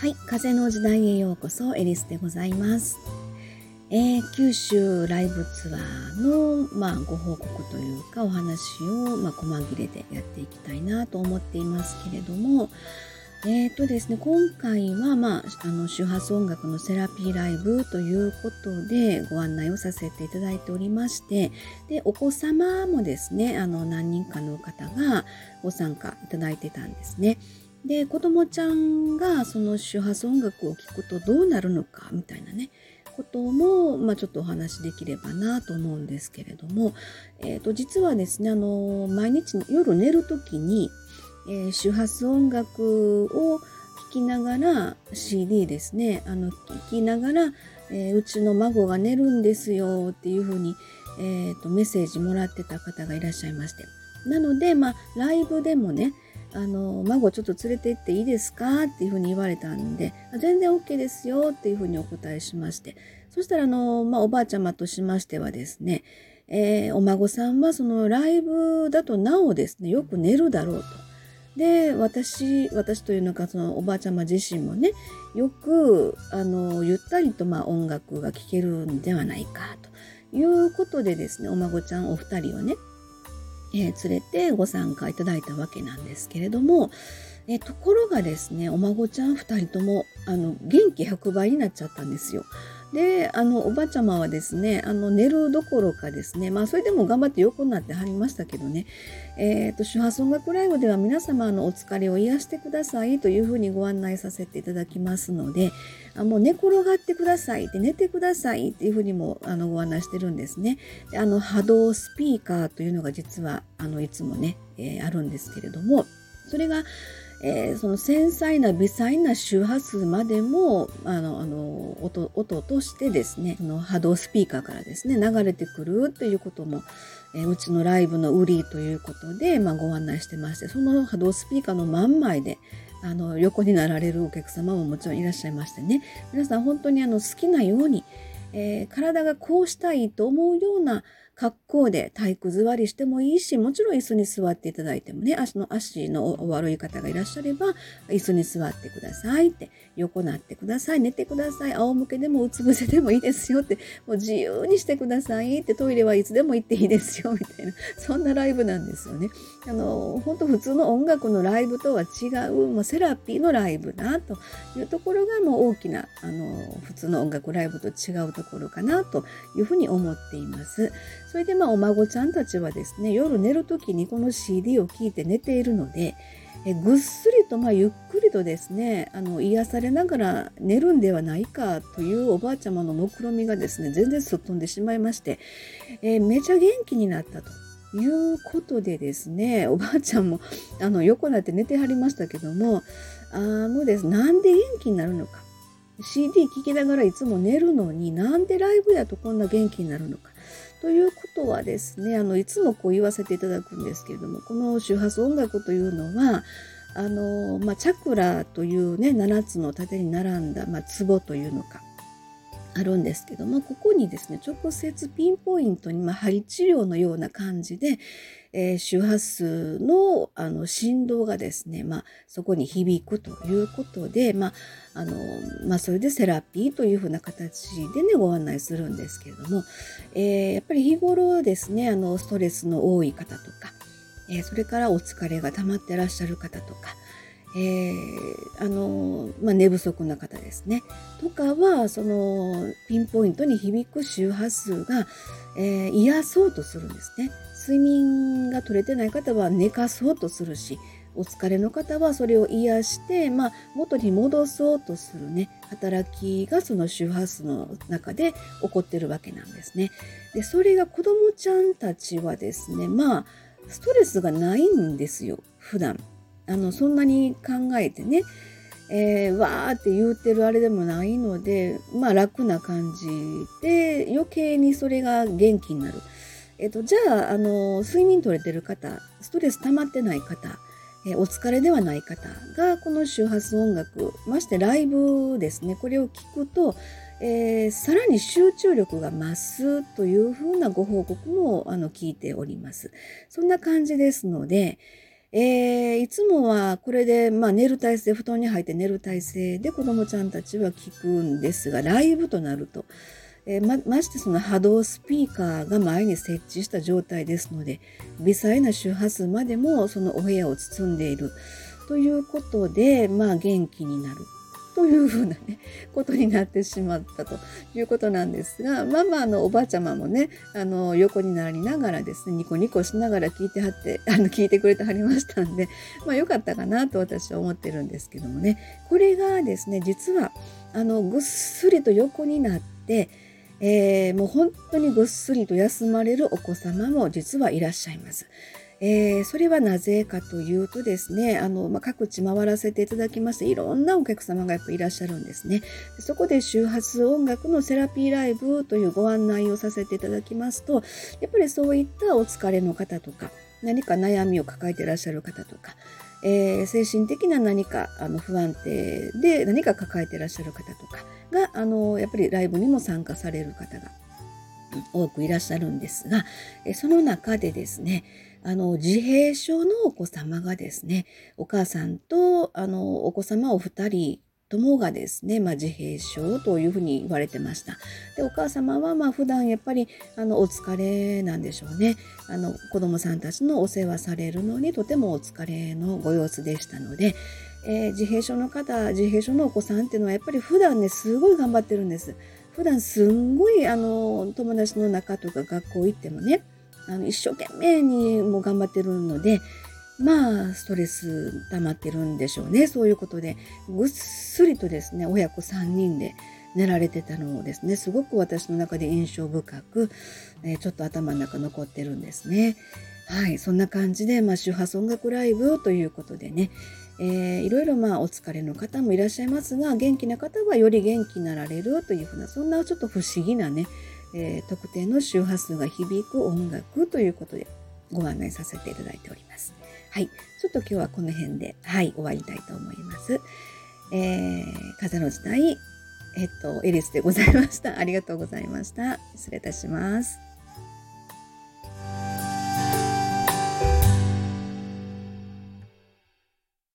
はい、風の時代へようこそ、エリスでございます。九州ライブツアーの、ご報告というかお話を、細切れでやっていきたいなと思っていますけれども、ですね、今回は、周波数音楽のセラピーライブということでご案内をさせていただいておりまして、で、お子様もですね、何人かの方がご参加いただいてたんですね。で、子供ちゃんがその周波数音楽を聴くとどうなるのかみたいなね、ことも、ちょっとお話できればなと思うんですけれども、実はですね、毎日夜寝るときに、周波数音楽を聴きながら CD ですね、聴きながら、うちの孫が寝るんですよっていうふうに、メッセージもらってた方がいらっしゃいまして。なので、ライブでもね、孫ちょっと連れて行っていいですかっていうふうに言われたんで、全然 OK ですよっていうふうにお答えしまして、そしたらおばあちゃまとしましてはですね、お孫さんはそのライブだとなおですね、よく寝るだろうと。で、私というのか、そのおばあちゃま自身もね、よくゆったりと音楽が聴けるんではないかということでですね、お孫ちゃんお二人をね、連れてご参加いただいたわけなんですけれども、ところがですね、お孫ちゃん2人とも元気100倍になっちゃったんですよ。で、おばあちゃまはですね、寝るどころかですね、それでも頑張って横になってはりましたけどね、周波数音楽ライブでは皆様お疲れを癒してくださいというふうにご案内させていただきますので、もう寝転がってくださいって、寝てくださいっていうふうにもご案内してるんですね。で、波動スピーカーというのが実はいつもね、あるんですけれども、それがその繊細な微細な周波数までも音としてですね、その波動スピーカーからですね流れてくるということも、うちのライブの売りということで、ご案内してまして、その波動スピーカーの真ん前で横になられるお客様ももちろんいらっしゃいましてね、皆さん本当に好きなように、体がこうしたいと思うような格好で体育座りしてもいいし、もちろん椅子に座っていただいてもね、足のお悪い方がいらっしゃれば、椅子に座ってくださいって、横なってください、寝てください、仰向けでもうつ伏せでもいいですよって、もう自由にしてくださいって、トイレはいつでも行っていいですよみたいな、そんなライブなんですよね。本当普通の音楽のライブとは違う、もうセラピーのライブだというところがもう大きな普通の音楽ライブと違うところかなというふうに思っています。それでお孫ちゃんたちはですね、夜寝るときにこの CD を聴いて寝ているので、ぐっすりとゆっくりとですね、癒されながら寝るんではないかというおばあちゃまの目論みがですね、全然すっ飛んでしまいまして、めちゃ元気になったということでですね、おばあちゃんも横になって寝てはりましたけども、もうです、なんで元気になるのか。CD 聴きながらいつも寝るのに、なんでライブやとこんな元気になるのか。ということはですね、いつもこう言わせていただくんですけれども、この周波数音楽というのは、チャクラというね、7つの縦に並んだ、壺というのか、あるんですけども、ここにですね、直接ピンポイントに、針治療のような感じで、周波数の、振動がですね、そこに響くということで、それでセラピーというふうな形でね、ご案内するんですけれども、やっぱり日頃ですね、ストレスの多い方とか、それからお疲れが溜まってらっしゃる方とか、寝不足な方ですね。とかは、そのピンポイントに響く周波数が、癒そうとするんですね。睡眠が取れてない方は寝かそうとするし、お疲れの方はそれを癒して、元に戻そうとするね、働きがその周波数の中で起こってるわけなんですね。で、それが子供ちゃんたちはですね、ストレスがないんですよ、普段。そんなに考えてね、わーって言うてるあれでもないので、楽な感じで余計にそれが元気になる。じゃあ、睡眠取れてる方、ストレス溜まってない方、お疲れではない方がこの周波数音楽、ましてライブですね、これを聞くと、さらに集中力が増すというふうなご報告も聞いております。そんな感じですので、 いつもはこれで、寝る体勢、布団に入って寝る体勢で子どもちゃんたちは聞くんですが、ライブとなると、ましてその波動スピーカーが前に設置した状態ですので、微細な周波数までもそのお部屋を包んでいるということで、元気になるというふうなね、ことになってしまったということなんですが、おばあちゃまもね、横になりながらですね、ニコニコしながら聞いてはって、聞いてくれてはりましたんで、良かったかなと私は思ってるんですけどもね、これがですね、実は、ぐっすりと横になって、もう本当にぐっすりと休まれるお子様も実はいらっしゃいます。それはなぜかというとですね、各地回らせていただきまして、いろんなお客様がやっぱいらっしゃるんですね。そこで周波数音楽のセラピーライブというご案内をさせていただきますと、やっぱりそういったお疲れの方とか、何か悩みを抱えていらっしゃる方とか、精神的な何か不安定で何か抱えていらっしゃる方とかが、やっぱりライブにも参加される方が多くいらっしゃるんですが、その中でですね、自閉症のお子様がですね、お母さんとお子様お二人ともがですね、自閉症というふうに言われてました。で、お母様は普段やっぱりお疲れなんでしょうね。子供さんたちのお世話されるのにとてもお疲れのご様子でしたので、自閉症のお子さんっていうのはやっぱり普段ね、すごい頑張ってるんです。普段すんごい友達の中とか学校行ってもね、一生懸命にもう頑張ってるので、ストレス溜まってるんでしょうね。そういうことで、ぐっすりとですね、親子3人で寝られてたのをですね、すごく私の中で印象深く、ちょっと頭の中残ってるんですね。はい、そんな感じで、周波数音楽ライブということでね、いろいろお疲れの方もいらっしゃいますが、元気な方はより元気になられるというふうな、そんなちょっと不思議なね、特定の周波数が響く音楽ということでご案内させていただいております。はい、ちょっと今日はこの辺で、終わりたいと思います。風の時代、エリスでございました。ありがとうございました。失礼いたします。